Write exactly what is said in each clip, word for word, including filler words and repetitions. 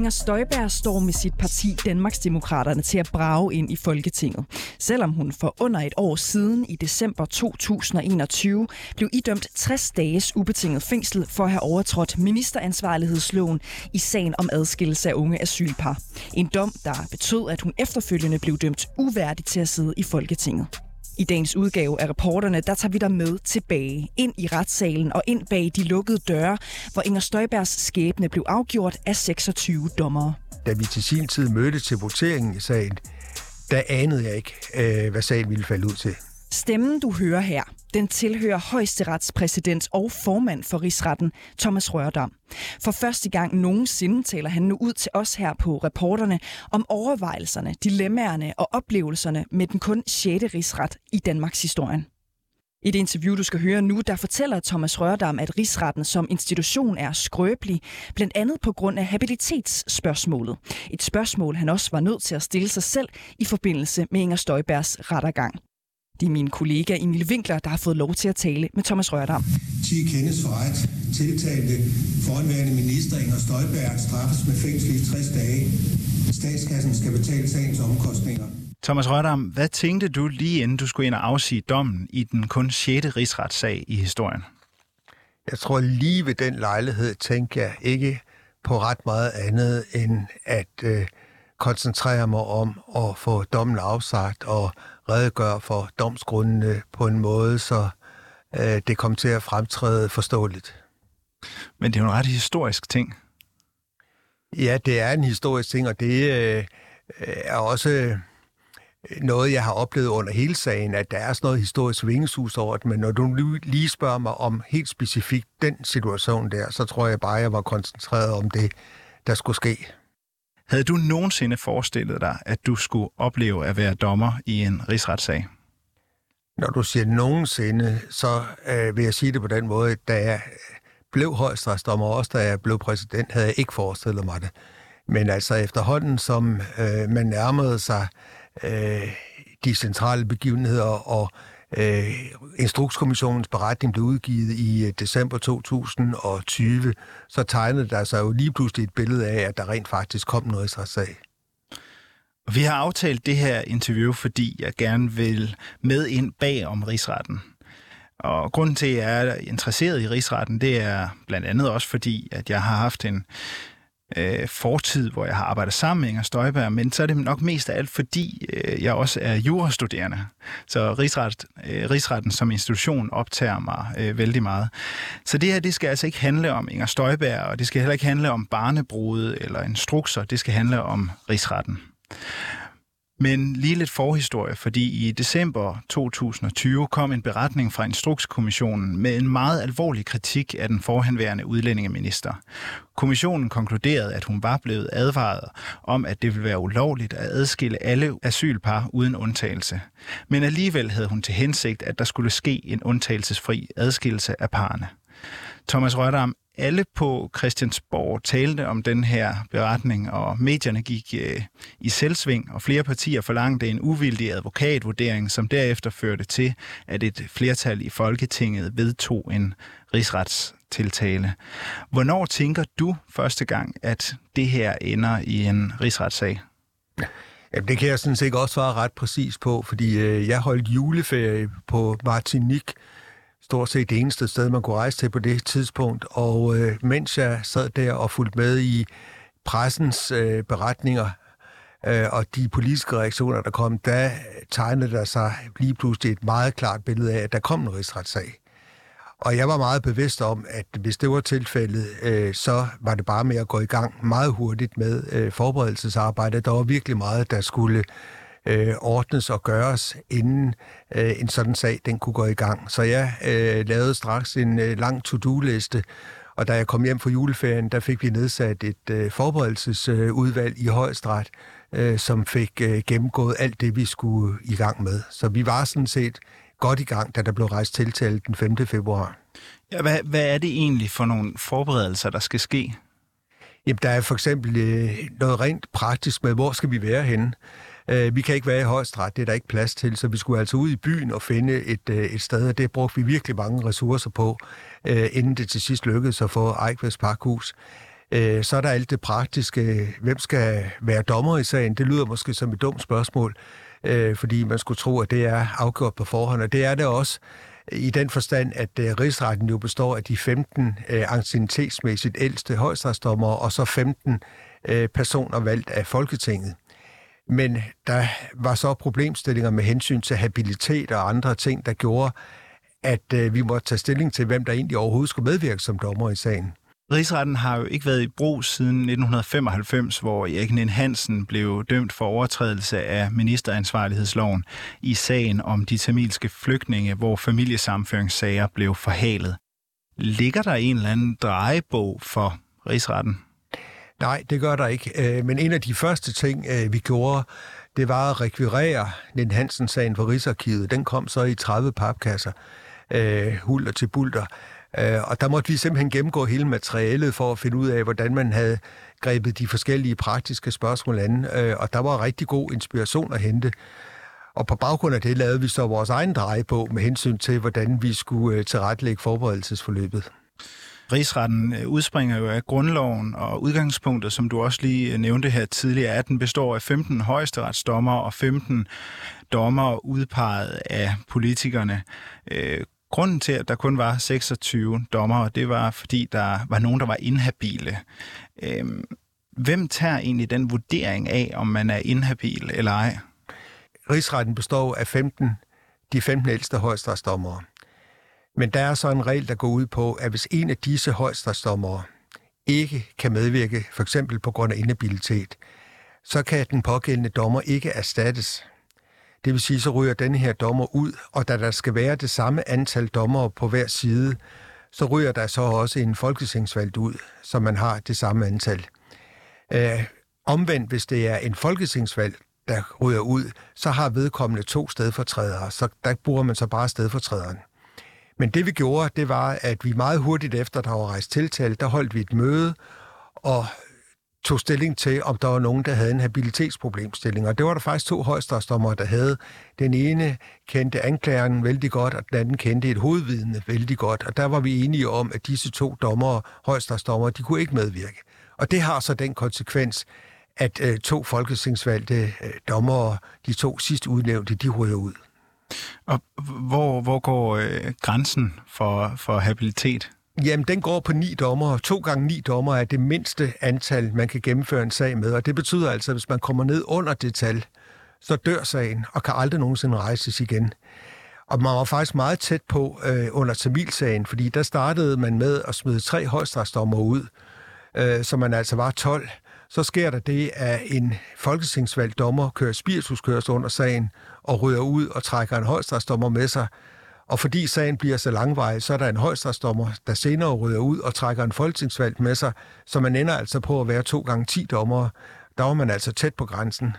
Inger Støjberg står med sit parti Danmarksdemokraterne til at brage ind i Folketinget. Selvom hun for under et år siden i december to tusind og enogtyve blev idømt tres dages ubetinget fængsel for at have overtrådt ministeransvarlighedsloven i sagen om adskillelse af unge asylpar. En dom, der betød, at hun efterfølgende blev dømt uværdig til at sidde i Folketinget. I dagens udgave af Reporterne, der tager vi dig med tilbage ind i retssalen og ind bag de lukkede døre, hvor Inger Støjbergs skæbne blev afgjort af seksogtyve dommere. Da vi til sin tid mødte til voteringen i sagen, der anede jeg ikke, øh, hvad sagen ville falde ud til. Stemmen, du hører her, den tilhører højesteretspræsident og formand for Rigsretten, Thomas Rørdam. For første gang nogensinde taler han nu ud til os her på Reporterne om overvejelserne, dilemmaerne og oplevelserne med den kun sjette rigsret i Danmarks historien. I det interview, du skal høre nu, der fortæller Thomas Rørdam, at Rigsretten som institution er skrøbelig, blandt andet på grund af habilitetsspørgsmålet. Et spørgsmål, han også var nødt til at stille sig selv i forbindelse med Inger Støjbergs rettergang. Det er min kollega Emil Winkler, der har fået lov til at tale med Thomas Rørdam. ti kendes for ret. Tiltalte forhenværende minister Inger Støjberg straffes med fængsel i tres dage. Statskassen skal betale sagens omkostninger. Thomas Rørdam, hvad tænkte du lige inden du skulle ind og afsige dommen i den kun sjette rigsretssag i historien? Jeg tror lige ved den lejlighed tænkte jeg ikke på ret meget andet end at øh, koncentrere mig om at få dommen afsagt og redegøre for domsgrundene på en måde, så øh, det kom til at fremtræde forståeligt. Men det er jo en ret historisk ting. Ja, det er en historisk ting, og det øh, er også noget, jeg har oplevet under hele sagen, at der er sådan noget historisk vingesus over det, men når du lige spørger mig om helt specifikt den situation der, så tror jeg bare, jeg var koncentreret om det, der skulle ske. Havde du nogensinde forestillet dig, at du skulle opleve at være dommer i en rigsretssag? Når du siger nogensinde, så øh, vil jeg sige det på den måde, da jeg blev højesteretsdommer, også da jeg blev præsident, havde jeg ikke forestillet mig det. Men altså efterhånden, som øh, man nærmede sig øh, de centrale begivenheder, og øh, Instrukskommissionens beretning blev udgivet i december to tusind og tyve, så tegnede der sig jo lige pludselig et billede af, at der rent faktisk kom noget i retssag. Vi har aftalt det her interview, fordi jeg gerne vil med ind bag om rigsretten. Og grunden til, at jeg er interesseret i rigsretten, det er blandt andet også fordi, at jeg har haft en øh, fortid, hvor jeg har arbejdet sammen med Inger Støjberg, men så er det nok mest af alt, fordi øh, jeg også er jurastuderende. Så rigsret, øh, rigsretten som institution optager mig øh, vældig meget. Så det her, det skal altså ikke handle om Inger Støjberg, og det skal heller ikke handle om barnebrude eller instrukser, det skal handle om rigsretten. Men lige lidt forhistorie, fordi i december to tusind og tyve kom en beretning fra Instrukskommissionen med en meget alvorlig kritik af den forhenværende udlændingeminister. Kommissionen konkluderede, at hun var blevet advaret om, at det ville være ulovligt at adskille alle asylpar uden undtagelse. Men alligevel havde hun til hensigt, at der skulle ske en undtagelsesfri adskillelse af parerne. Thomas Rørdam, alle på Christiansborg talte om den her beretning, og medierne gik øh, i selvsving, og flere partier forlangte en uvildig advokatvurdering, som derefter førte til, at et flertal i Folketinget vedtog en rigsretstiltale. Hvornår tænker du første gang, at det her ender i en rigsretssag? Jamen, det kan jeg sådan set også svare ret præcis på, fordi øh, jeg holdt juleferie på Martinique, stort set det eneste sted, man kunne rejse til på det tidspunkt. Og øh, mens jeg sad der og fulgte med i pressens øh, beretninger øh, og de politiske reaktioner, der kom, der tegnede der sig lige pludselig et meget klart billede af, at der kom en rigsretssag. Og jeg var meget bevidst om, at hvis det var tilfældet, øh, så var det bare med at gå i gang meget hurtigt med øh, forberedelsesarbejde. Der var virkelig meget, der skulle Øh, ordnes og gøres, inden øh, en sådan sag den kunne gå i gang. Så jeg øh, lavede straks en øh, lang to-do-liste, og da jeg kom hjem fra juleferien, der fik vi nedsat et øh, forberedelsesudvalg øh, i Højesteret, øh, som fik øh, gennemgået alt det, vi skulle i gang med. Så vi var sådan set godt i gang, da der blev rejst tiltale den femte februar. Ja, hvad, hvad er det egentlig for nogle forberedelser, der skal ske? Jamen, der er for eksempel øh, noget rent praktisk med, hvor skal vi være henne? Vi kan ikke være i Højesteret, det er der ikke plads til, så vi skulle altså ud i byen og finde et, et sted, og det brugte vi virkelig mange ressourcer på, inden det til sidst lykkedes at få Eigtveds Pakhus. Øh, så er der alt det praktiske. Hvem skal være dommer i sagen? Det lyder måske som et dumt spørgsmål, øh, fordi man skulle tro, at det er afgjort på forhånd. Og det er det også i den forstand, at øh, rigsretten jo består af de femten øh, anciennitetsmæssigt ældste højesteretsdommere, og så femten øh, personer valgt af Folketinget. Men der var så problemstillinger med hensyn til habilitet og andre ting, der gjorde, at øh, vi måtte tage stilling til, hvem der egentlig overhovedet skulle medvirke som dommer i sagen. Rigsretten har jo ikke været i brug siden nitten femoghalvfems, hvor Erik Ninn-Hansen blev dømt for overtrædelse af ministeransvarlighedsloven i sagen om de tamilske flygtninge, hvor familiesammenføringssager blev forhalet. Ligger der en eller anden drejebog for Rigsretten? Nej, det gør der ikke. Men en af de første ting, vi gjorde, det var at rekvirere Ninn-Hansen-sagen fra Rigsarkivet. Den kom så i tredive papkasser, hulter til bulter. Og der måtte vi simpelthen gennemgå hele materialet for at finde ud af, hvordan man havde grebet de forskellige praktiske spørgsmål an. Og der var rigtig god inspiration at hente. Og på baggrund af det lavede vi så vores egen drejebog med hensyn til, hvordan vi skulle tilrettelægge forberedelsesforløbet. Rigsretten udspringer jo af grundloven, og udgangspunktet, som du også lige nævnte her tidligere, er, at den består af femten højesteretsdommere og femten dommere udpeget af politikerne. Grunden til, at der kun var seksogtyve dommere, det var, fordi der var nogen, der var inhabile. Hvem tager egentlig den vurdering af, om man er inhabil eller ej? Rigsretten består af femten, de femten ældste højesteretsdommere. Men der er så en regel, der går ud på, at hvis en af disse højesteretsdommere ikke kan medvirke, for eksempel på grund af inhabilitet, så kan den pågældende dommer ikke erstattes. Det vil sige, så ryger denne her dommer ud, og da der skal være det samme antal dommere på hver side, så ryger der så også en folketingsvalgt ud, så man har det samme antal. Øh, omvendt, hvis det er en folketingsvalg, der ryger ud, så har vedkommende to stedfortrædere, så der bruger man så bare stedfortræderen. Men det vi gjorde, det var, at vi meget hurtigt efter, der var rejst tiltale, der holdt vi et møde og tog stilling til, om der var nogen, der havde en habilitetsproblemstilling. Og det var der faktisk to højesteretsdommere, der havde. Den ene kendte anklageren vældig godt, og den anden kendte et hovedvidne vældig godt. Og der var vi enige om, at disse to dommere, højesteretsdommere, de kunne ikke medvirke. Og det har så den konsekvens, at øh, to folketingsvalgte øh, dommere, de to sidst udnævnte, de ryger ud. Og hvor, hvor går øh, grænsen for, for habilitet? Jamen, den går på ni dommere. To gange ni dommere er det mindste antal, man kan gennemføre en sag med. Og det betyder altså, at hvis man kommer ned under det tal, så dør sagen og kan aldrig nogensinde rejses igen. Og man var faktisk meget tæt på øh, under Tamilsagen, fordi der startede man med at smide tre højesteretsdommere ud, øh, så man altså var tolv. Så sker der det, at en folketingsvalgt dommer kører spirituskørsel under sagen og ryger ud og trækker en højesteretsdommer med sig. Og fordi sagen bliver så langvarig, så er der en højesteretsdommer, der senere ryger ud og trækker en folketingsvalgt med sig, så man ender altså på at være to gange ti dommere. Der var man altså tæt på grænsen.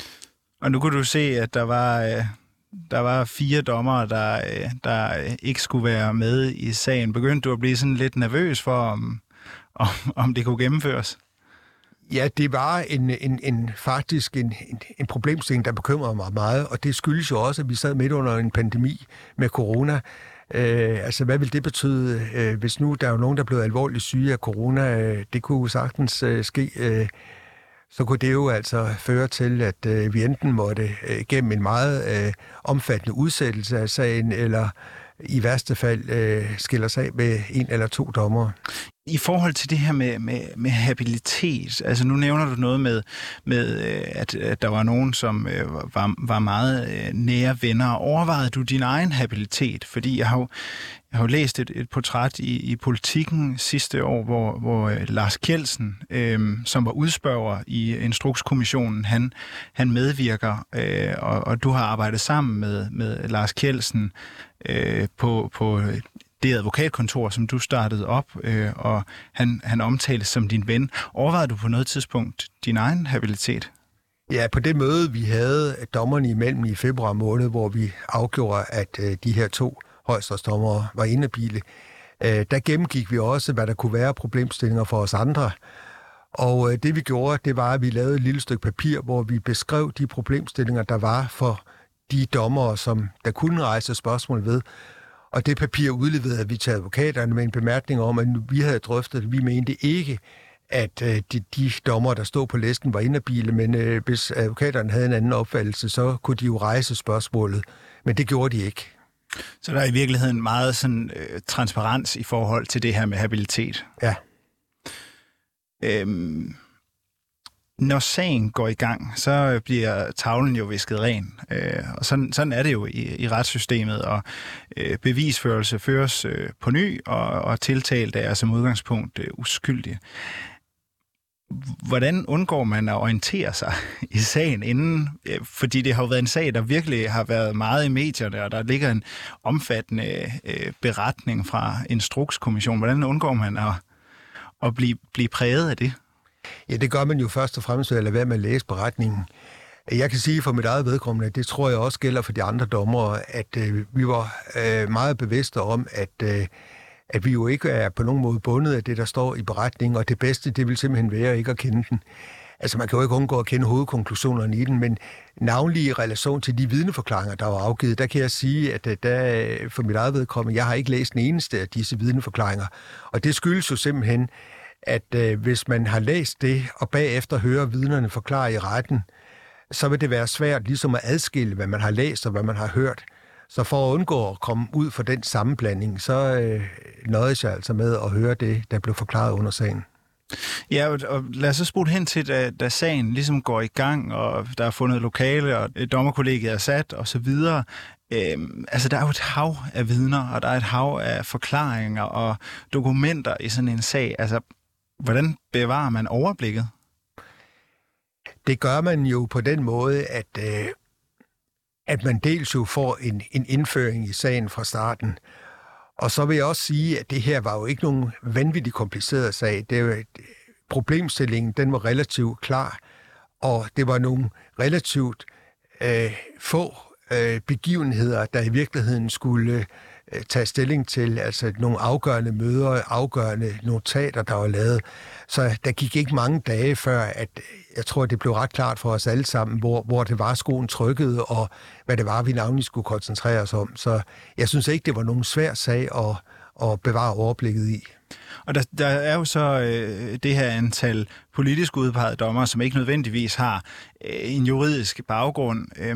Og nu kunne du se, at der var, der var fire dommere, der, der ikke skulle være med i sagen. Begyndte du at blive sådan lidt nervøs for, om, om, om det kunne gennemføres? Ja, det var en, en, en, faktisk en, en, en problemstilling, der bekymrede mig meget, og det skyldes jo også, at vi sad midt under en pandemi med corona. Øh, altså, hvad vil det betyde, øh, hvis nu der er jo nogen, der er blevet alvorligt syge af corona? Øh, det kunne sagtens øh, ske. Øh, så kunne det jo altså føre til, at øh, vi enten måtte øh, gennem en meget øh, omfattende udsættelse af sagen, eller i værste fald øh, skiller sig med en eller to dommere. I forhold til det her med, med, med habilitet, altså nu nævner du noget med, med at, at der var nogen, som øh, var, var meget øh, nære venner. Overvejede du din egen habilitet? Fordi jeg har jo, jeg har jo læst et, et portræt i, i Politikken sidste år, hvor, hvor øh, Lars Kjeldsen, øh, som var udspørger i Instrukskommissionen, han, han medvirker, øh, og, og du har arbejdet sammen med, med Lars Kjeldsen øh, på, på det advokatkontor, som du startede op, øh, og han, han omtales som din ven. Overvejede du på noget tidspunkt din egen habilitet? Ja, på det møde, vi havde dommerne imellem i februar måned, hvor vi afgjorde, at øh, de her to højesteretsdommere var inhabile, øh, der gennemgik vi også, hvad der kunne være problemstillinger for os andre. Og øh, det vi gjorde, det var, at vi lavede et lille stykke papir, hvor vi beskrev de problemstillinger, der var for de dommere, som der kunne rejse spørgsmål ved. Og det papir udleverede vi til advokaterne med en bemærkning om, at vi havde drøftet det. Vi mente ikke, at øh, de, de dommer, der stod på listen, var inhabile, men øh, hvis advokaterne havde en anden opfattelse, så kunne de jo rejse spørgsmålet, men det gjorde de ikke. Så der er i virkeligheden meget sådan, øh, transparens i forhold til det her med habilitet. Ja. Øhm, når sagen går i gang, så bliver tavlen jo visket ren. Øh, og sådan, sådan er det jo i, i retssystemet, og øh, bevisførelse føres øh, på ny, og, og tiltalt er som udgangspunkt øh, uskyldig. Hvordan undgår man at orientere sig i sagen inden? Fordi det har jo været en sag, der virkelig har været meget i medierne, og der ligger en omfattende øh, beretning fra Instrukskommissionen. Hvordan undgår man at, at blive, blive præget af det? Ja, det gør man jo først og fremmest ved at lade være med at læse beretningen. Jeg kan sige for mit eget vedkommende, det tror jeg også gælder for de andre dommere, at øh, vi var øh, meget bevidste om, at øh, at vi jo ikke er på nogen måde bundet af det, der står i beretningen, og det bedste, det vil simpelthen være ikke at kende den. Altså, man kan jo ikke undgå at kende hovedkonklusionerne i den, men navnlig i relation til de vidneforklaringer, der var afgivet, der kan jeg sige, at der, for mit eget vedkommende, jeg har ikke læst den eneste af disse vidneforklaringer, og det skyldes jo simpelthen, at øh, hvis man har læst det, og bagefter hører vidnerne forklare i retten, så vil det være svært ligesom at adskille, hvad man har læst og hvad man har hørt. Så for at undgå at komme ud for den sammenblanding, så øh, nøjedes jeg altså med at høre det, der blev forklaret under sagen. Ja, og lad os så spole hen til, da, da sagen ligesom går i gang, og der er fundet lokale, og dommerkollegiet er sat, og så videre. Øhm, altså, der er jo et hav af vidner, og der er et hav af forklaringer og dokumenter i sådan en sag. Altså, hvordan bevarer man overblikket? Det gør man jo på den måde, at... Øh, at man dels jo får en, en indføring i sagen fra starten. Og så vil jeg også sige, at det her var jo ikke nogen vanvittigt kompliceret sag. Det var, problemstillingen, den var relativt klar, og det var nogle relativt øh, få øh, begivenheder, der i virkeligheden skulle øh, tage stilling til, altså nogle afgørende møder, afgørende notater, der var lavet. Så der gik ikke mange dage før, at jeg tror, det blev ret klart for os alle sammen, hvor, hvor det var, skoen trykkede, og hvad det var, vi navnlig skulle koncentrere os om. Så jeg synes ikke, det var nogen svær sag at, at bevare overblikket i. Og der, der er jo så øh, det her antal politisk udpegede dommere, som ikke nødvendigvis har øh, en juridisk baggrund. Øh,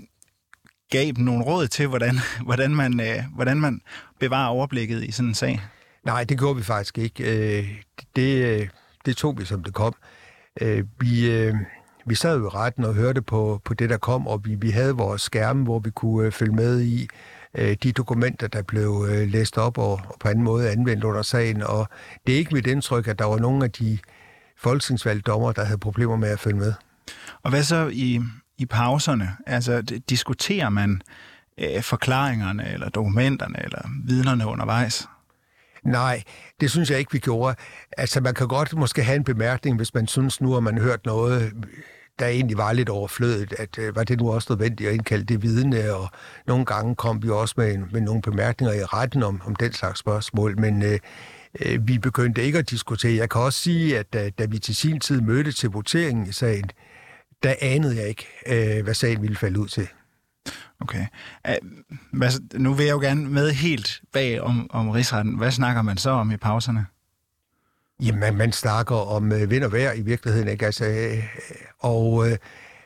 gav dem nogle råd til, hvordan, hvordan, man, øh, hvordan man bevarer overblikket i sådan en sag? Nej, det gjorde vi faktisk ikke. Øh, det, det tog vi, som det kom. Øh, vi, øh, vi sad jo i retten og hørte på, på det, der kom, og vi, vi havde vores skærme, hvor vi kunne øh, følge med i øh, de dokumenter, der blev øh, læst op og, og på anden måde anvendt under sagen. Og det er ikke mit indtryk, at der var nogle af de folketingsvalgte dommere, der havde problemer med at følge med. Og hvad så i, i pauserne? Altså, diskuterer man øh, forklaringerne, eller dokumenterne, eller vidnerne undervejs? Nej, det synes jeg ikke, vi gjorde. Altså, man kan godt måske have en bemærkning, hvis man synes nu, at man har hørt noget, der egentlig var lidt overflødigt, at øh, var det nu også nødvendigt at indkalde det vidne, og nogle gange kom vi også med, med nogle bemærkninger i retten om, om den slags spørgsmål, men øh, øh, vi begyndte ikke at diskutere. Jeg kan også sige, at da, da vi til sin tid mødte til voteringen i sagen, der anede jeg ikke, øh, hvad sagen ville falde ud til. Okay. Hvad, nu vil jeg jo gerne med helt bag om, om rigsretten. Hvad snakker man så om i pauserne? Jamen, man snakker om øh, vind og vejr i virkeligheden, ikke? Altså, øh, og øh,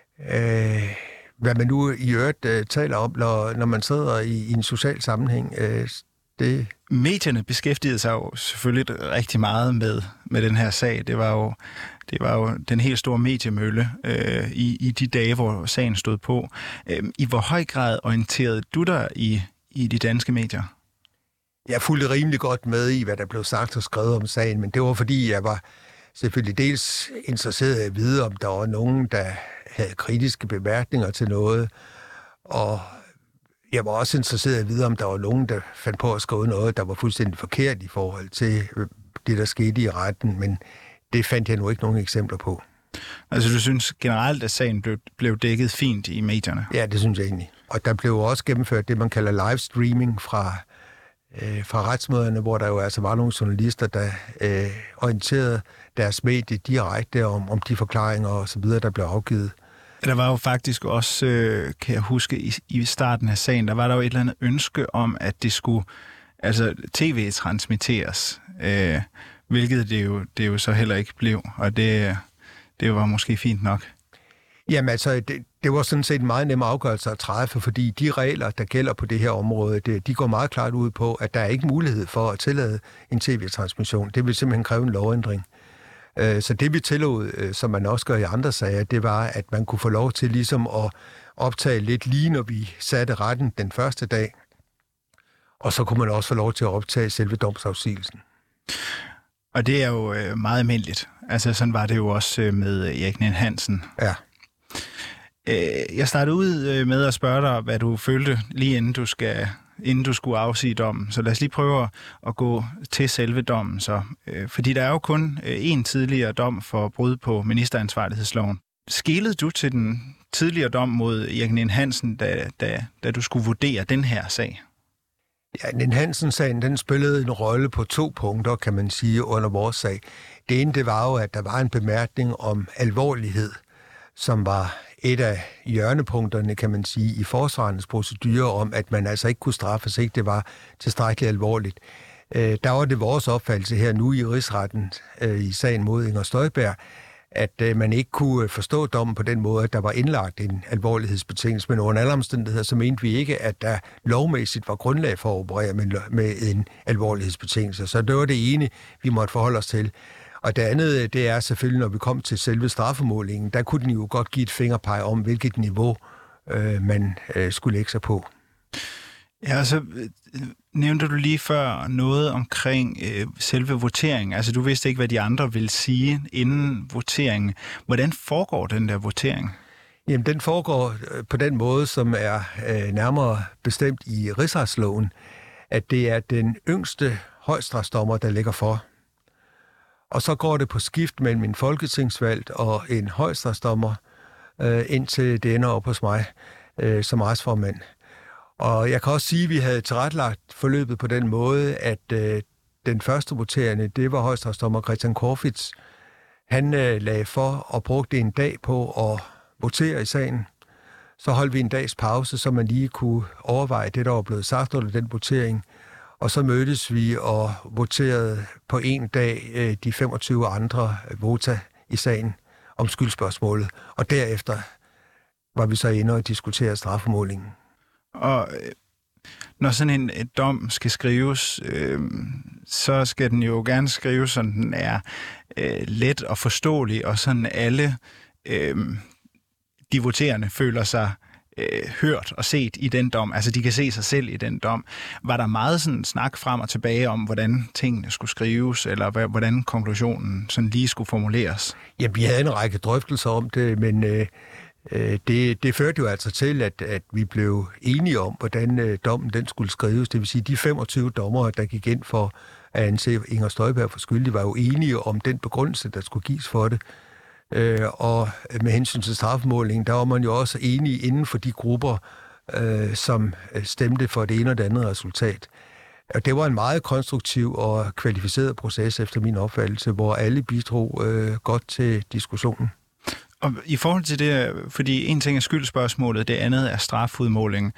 øh, hvad man nu i øvrigt øh, taler om, når, når man sidder i, i en social sammenhæng, øh, det... Medierne beskæftigede sig jo selvfølgelig rigtig meget med, med den her sag. Det var jo, det var jo den helt store mediemølle øh, i, i de dage, hvor sagen stod på. Øh, I hvor høj grad orienterede du dig i, i de danske medier? Jeg fulgte rimelig godt med i, hvad der blev sagt og skrevet om sagen, men det var fordi, jeg var selvfølgelig dels interesseret i at vide, om der var nogen, der havde kritiske bemærkninger til noget, og jeg var også interesseret i at vide, om der var nogen, der fandt på at skrive noget, der var fuldstændig forkert i forhold til det, der skete i retten, men det fandt jeg nu ikke nogen eksempler på. Altså du synes generelt, at sagen blev, blev dækket fint i medierne? Ja, det synes jeg egentlig. Og der blev også gennemført det, man kalder livestreaming fra, øh, fra retsmøderne, hvor der jo altså var nogle journalister, der øh, orienterede deres medie direkte om, om de forklaringer og så videre, der blev afgivet. Der var jo faktisk også, øh, kan jeg huske, i, i starten af sagen, der var der jo et eller andet ønske om, at det skulle altså tv-transmitteres. Øh, hvilket det jo, det jo så heller ikke blev, og det, det var måske fint nok. Jamen altså, det, det var sådan set en meget nem afgørelse at træffe, fordi de regler, der gælder på det her område, det, de går meget klart ud på, at der er ikke mulighed for at tillade en tv-transmission. Det vil simpelthen kræve en lovændring. Så det vi tillod, som man også gør i andre sager, det var, at man kunne få lov til ligesom at optage lidt lige, når vi satte retten den første dag, og så kunne man også få lov til at optage selve domsafsigelsen. Og det er jo meget almindeligt. Altså sådan var det jo også med Erik Ninn-Hansen. Ja. Jeg startede ud med at spørge dig, hvad du følte lige inden du, skal, inden du skulle afsige dommen. Så lad os lige prøve at gå til selve dommen. Så. Fordi der er jo kun én tidligere dom for brud på ministeransvarlighedsloven. Skelede du til den tidligere dom mod Erik Ninn-Hansen, da, da, da du skulle vurdere den her sag? Ja, Ninn-Hansen-sagen, den spillede en rolle på to punkter, kan man sige, under vores sag. Det ene, det var jo, at der var en bemærkning om alvorlighed, som var et af hjørnepunkterne, kan man sige, i forsvarernes procedure om, at man altså ikke kunne straffes, ikke det var tilstrækkeligt alvorligt. Øh, der var det vores opfattelse her nu i rigsretten øh, i sagen mod Inger Støjberg, at øh, man ikke kunne forstå dommen på den måde, at der var indlagt en alvorlighedsbetingelse, men under alle omstændigheder, så mente vi ikke, at der lovmæssigt var grundlag for at operere med, med en alvorlighedsbetingelse. Så det var det ene, vi måtte forholde os til. Og det andet, det er selvfølgelig, når vi kom til selve straffemålingen, der kunne den jo godt give et fingerpeg om, hvilket niveau øh, man øh, skulle lægge sig på. Ja, så nævnte du lige før noget omkring øh, selve voteringen. Altså, du vidste ikke, hvad de andre ville sige inden voteringen. Hvordan foregår den der votering? Jamen, den foregår på den måde, som er øh, nærmere bestemt i rigsretsloven, at det er den yngste højesteretsdommer, der ligger for. Og så går det på skift mellem en folketingsvalgt og en højesteretsdommer, øh, indtil det ender op hos mig øh, som retsformand. Og jeg kan også sige, at vi havde tilrettelagt forløbet på den måde, at øh, den første voterende, det var højesteretsdommer Christian Corfitz. Han øh, lagde for og brugte en dag på at votere i sagen. Så holdt vi en dags pause, så man lige kunne overveje det, der var blevet sagt under den votering. Og så mødtes vi og voterede på en dag øh, de femogtyve andre vota i sagen om skyldspørgsmålet. Og derefter var vi så inde og diskutere straffemålingen. Og øh, når sådan en et dom skal skrives, øh, så skal den jo gerne skrives, sådan den er øh, let og forståelig, og sådan alle øh, de voterende føler sig øh, hørt og set i den dom. Altså, de kan se sig selv i den dom. Var der meget sådan snak frem og tilbage om, hvordan tingene skulle skrives, eller hvordan konklusionen sådan lige skulle formuleres? Ja, vi havde en række drøftelser om det, men øh, det, det førte jo altså til, at, at vi blev enige om, hvordan øh, dommen den skulle skrives. Det vil sige, de femogtyve dommere, der gik ind for at anse Inger Støjberg for skyldig, var jo enige om den begrundelse, der skulle gives for det. Øh, og med hensyn til straffemålingen, der var man jo også enige inden for de grupper, øh, som stemte for det ene og det andet resultat. Og det var en meget konstruktiv og kvalificeret proces efter min opfattelse, hvor alle bidrog øh, godt til diskussionen. Og i forhold til det, fordi en ting er skyldspørgsmålet, det andet er strafudmålingen.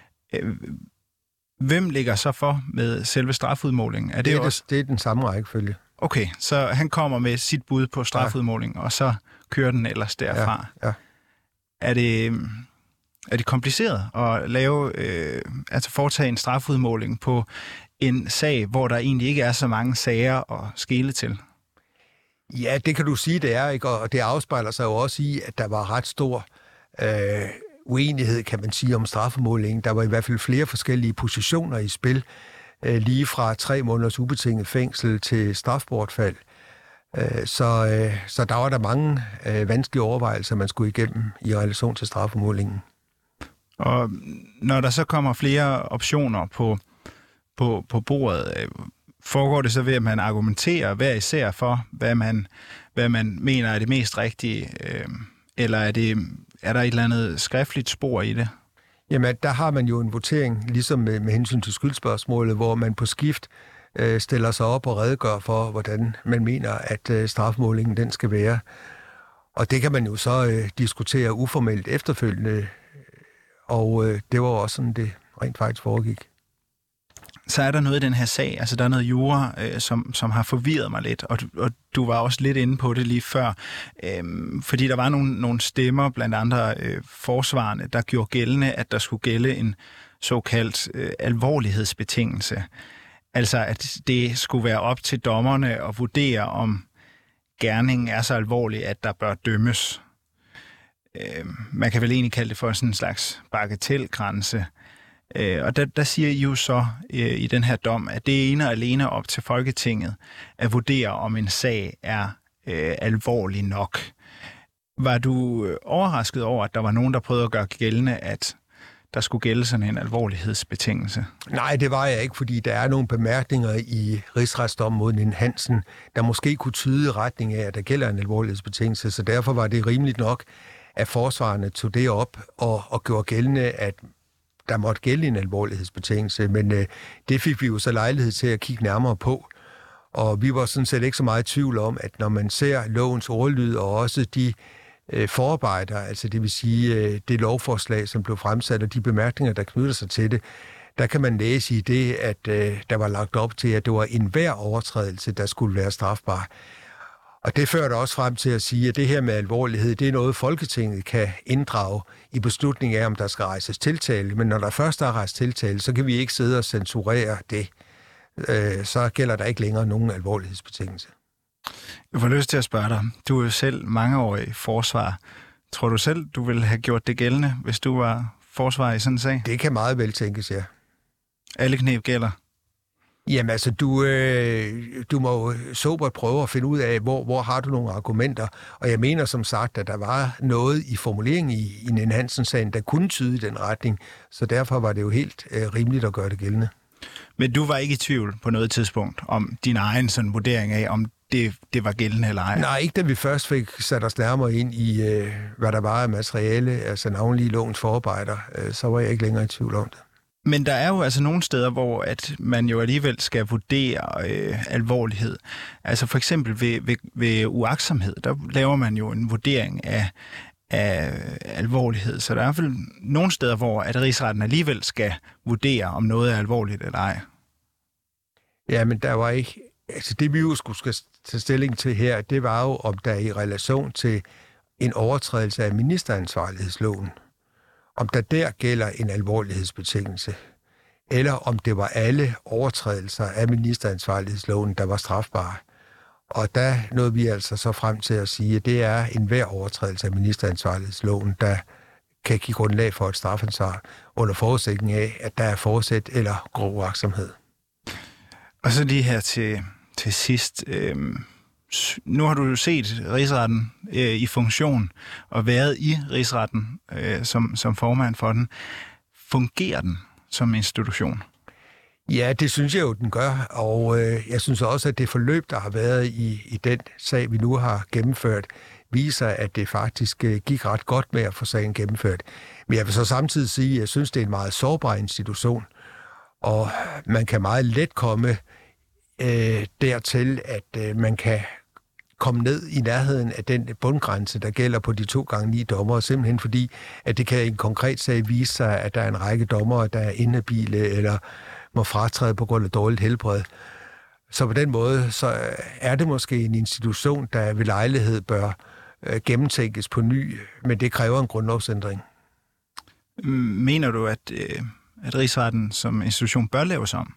Hvem ligger så for med selve strafudmålingen? Er det, det, er også... det, det er den samme rækkefølge. Okay, så han kommer med sit bud på strafudmåling, ja. Og så kører den ellers derfra. Ja, ja. Er det, er det kompliceret at lave, øh, altså foretage en strafudmåling på en sag, hvor der egentlig ikke er så mange sager at skele til? Ja, det kan du sige, det er, ikke? Og det afspejler sig jo også i, at der var ret stor øh, uenighed, kan man sige, om straffemålingen. Der var i hvert fald flere forskellige positioner i spil, øh, lige fra tre måneders ubetinget fængsel til strafbortfald. Øh, så, øh, så der var der mange øh, vanskelige overvejelser, man skulle igennem i relation til straffemålingen. Og når der så kommer flere optioner på, på, på bordet, øh, foregår det så ved, at man argumenterer hver især for, hvad man, hvad man mener er det mest rigtige, øh, eller er, det, er der et eller andet skriftligt spor i det? Jamen, der har man jo en votering, ligesom med, med hensyn til skyldspørgsmålet, hvor man på skift øh, stiller sig op og redegør for, hvordan man mener, at øh, strafmålingen den skal være. Og det kan man jo så øh, diskutere uformelt efterfølgende, og øh, det var også sådan, det rent faktisk foregik. så er der noget i den her sag, altså der er noget jura, øh, som, som har forvirret mig lidt, og, og du var også lidt inde på det lige før, øh, fordi der var nogle, nogle stemmer, blandt andre øh, forsvarende, der gjorde gældende, at der skulle gælde en såkaldt øh, alvorlighedsbetingelse. Altså at det skulle være op til dommerne at vurdere, om gerningen er så alvorlig, at der bør dømmes. Øh, man kan vel egentlig kalde det for sådan en slags bagatelgrænse. Øh, og der, der siger I jo så øh, i den her dom, at det er ene og alene op til Folketinget at vurdere, om en sag er øh, alvorlig nok. Var du øh, overrasket over, at der var nogen, der prøvede at gøre gældende, at der skulle gælde sådan en alvorlighedsbetingelse? Nej, det var jeg ikke, fordi der er nogle bemærkninger i rigsretsdommen mod Ninn Hansen, der måske kunne tyde retning af, at der gælder en alvorlighedsbetingelse, så derfor var det rimeligt nok, at forsvarerne tog det op og, og gjorde gældende, at der måtte gælde en alvorlighedsbetingelse, men øh, det fik vi jo så lejlighed til at kigge nærmere på. Og vi var sådan set ikke så meget i tvivl om, at når man ser lovens ordlyd og også de øh, forarbejder, altså det vil sige øh, det lovforslag, som blev fremsat, og de bemærkninger, der knytter sig til det, der kan man læse i det, at øh, der var lagt op til, at det var enhver overtrædelse, der skulle være strafbar. Og det førte også frem til at sige, at det her med alvorlighed, det er noget, Folketinget kan inddrage i beslutningen af, om der skal rejses tiltale. Men når der først er rejst tiltale, så kan vi ikke sidde og censurere det. Øh, så gælder der ikke længere nogen alvorlighedsbetingelse. Jeg får lyst til at spørge dig. Du er jo selv mangeårig forsvar. Tror du selv, du ville have gjort det gældende, hvis du var forsvar i sådan en sag? Det kan meget vel tænkes, ja. Alle knep gælder? Jamen altså, du, øh, du må jo sobert prøve at finde ud af, hvor, hvor har du nogle argumenter. Og jeg mener som sagt, at der var noget i formuleringen i, i Ninn Hansen-sagen, der kunne tyde i den retning. Så derfor var det jo helt øh, rimeligt at gøre det gældende. Men du var ikke i tvivl på noget tidspunkt om din egen sådan vurdering af, om det, det var gældende eller ej? Nej, ikke da vi først fik sat os nærmere ind i, øh, hvad der var af materiale, altså navnlig lovens forarbejder, øh, så var jeg ikke længere i tvivl om det. Men der er jo altså nogle steder, hvor at man jo alligevel skal vurdere øh, alvorlighed. Altså for eksempel ved, ved, ved uagtsomhed, der laver man jo en vurdering af, af alvorlighed. Så der er i hvert fald nogle steder, hvor at rigsretten alligevel skal vurdere, om noget er alvorligt eller ej. Ja, men der var ikke... Altså det vi jo skulle skal tage stilling til her, det var jo, om der i relation til en overtrædelse af ministeransvarlighedsloven, om der der gælder en alvorlighedsbetingelse, eller om det var alle overtrædelser af ministeransvarlighedsloven, der var strafbare. Og der nåede vi altså så frem til at sige, at det er enhver overtrædelse af ministeransvarlighedsloven, der kan give grundlag for et strafansvar under forudsætning af, at der er forsæt eller grov uagtsomhed. Og så lige her til, til sidst. Øhm, nu har du jo set rigsretten øh, i funktion og været i rigsretten øh, som, som formand for den. Fungerer den som institution? Ja, det synes jeg jo, den gør, og øh, jeg synes også, at det forløb, der har været i, i den sag, vi nu har gennemført, viser, at det faktisk øh, gik ret godt med at få sagen gennemført. Men jeg vil så samtidig sige, at jeg synes, det er en meget sårbar institution, og man kan meget let komme øh, dertil, at øh, man kan komme ned i nærheden af den bundgrænse, der gælder på de to gange ni dommere, simpelthen fordi, at det kan i en konkret sag vise sig, at der er en række dommere, der er inhabile eller må fratræde på grund af dårligt helbred. Så på den måde, så er det måske en institution, der ved lejlighed bør øh, gennemtænkes på ny, men det kræver en grundlovsændring. Mener du, at, øh, at rigsretten som institution bør laves om?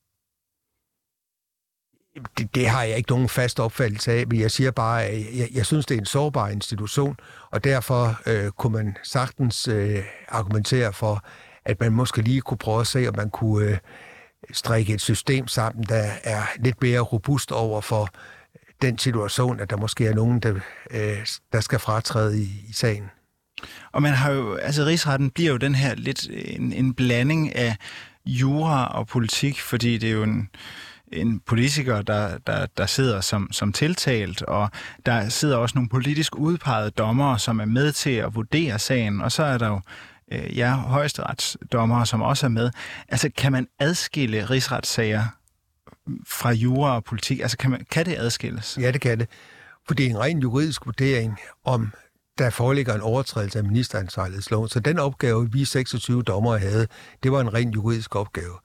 Det, det har jeg ikke nogen fast opfattelse af, men jeg siger bare, at jeg, jeg synes, det er en sårbar institution, og derfor øh, kunne man sagtens øh, argumentere for, at man måske lige kunne prøve at se, om man kunne øh, strikke et system sammen, der er lidt mere robust over for den situation, at der måske er nogen, der, øh, der skal fratræde i, i sagen. Og man har jo, altså rigsretten bliver jo den her lidt en, en blanding af jura og politik, fordi det er jo en en politiker, der, der, der sidder som, som tiltalt, og der sidder også nogle politisk udpegede dommere, som er med til at vurdere sagen, og så er der jo øh, ja, højesteretsdommere, som også er med. Altså, kan man adskille rigsretssager fra jura og politik? Altså, kan, man, kan det adskilles? Ja, det kan det. For det er en ren juridisk vurdering, om der foreligger en overtrædelse af ministeransvarlighedsloven. Så den opgave, vi seksogtyve dommere havde, det var en ren juridisk opgave.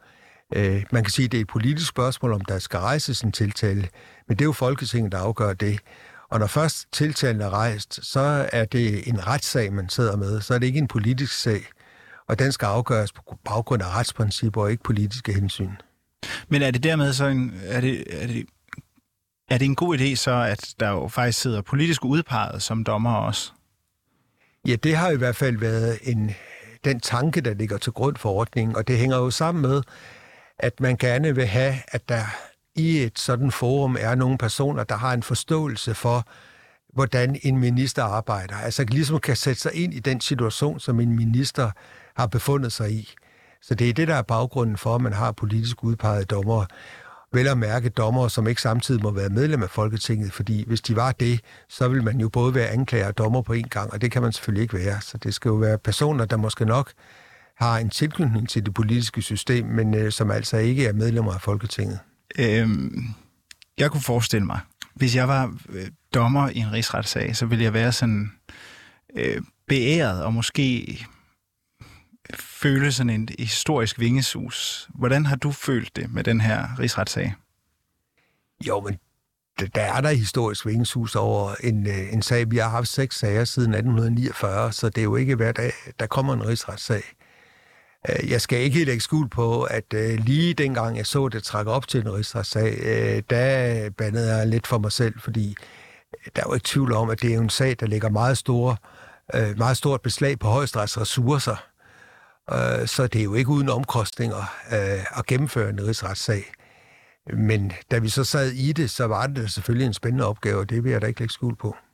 Øh, man kan sige, at det er et politisk spørgsmål, om der skal rejses en tiltale, men det er jo Folketinget, der afgør det. Og når først tiltalen er rejst, så er det en retssag, man sidder med. Så er det ikke en politisk sag, og den skal afgøres på baggrund af retsprincipper og ikke politiske hensyn. Men er det dermed så en, er det, er det, er det en god idé så, at der jo faktisk sidder politisk udpeget som dommer også? Ja, det har i hvert fald været en, den tanke, der ligger til grund for ordningen, og det hænger jo sammen med, at man gerne vil have, at der i et sådan forum er nogle personer, der har en forståelse for, hvordan en minister arbejder. Altså ligesom kan sætte sig ind i den situation, som en minister har befundet sig i. Så det er det, der er baggrunden for, at man har politisk udpegede dommere. Vel at mærke dommere, som ikke samtidig må være medlem af Folketinget, fordi hvis de var det, så vil man jo både være anklager og dommer på en gang, og det kan man selvfølgelig ikke være. Så det skal jo være personer, der måske nok har en tilknytning til det politiske system, men øh, som altså ikke er medlemmer af Folketinget. Øhm, jeg kunne forestille mig, hvis jeg var øh, dommer i en rigsretssag, så ville jeg være sådan øh, beæret og måske føle sådan en historisk vingesus. Hvordan har du følt det med den her rigsretssag? Jo, men der er der historisk vingesus over en, en sag. Vi har haft seks sager siden atten niogfyrre, så det er jo ikke hver dag, der kommer en rigsretssag. Jeg skal ikke lægge skjul på, at lige dengang jeg så det trække op til en rigsretssag, der bandede jeg lidt for mig selv, fordi der er jo ikke tvivl om, at det er en sag, der lægger meget, store, meget stort beslag på Højesterets ressourcer. Så det er jo ikke uden omkostninger at gennemføre en rigsretssag. Men da vi så sad i det, så var det selvfølgelig en spændende opgave, og det vil jeg da ikke lægge skjul på.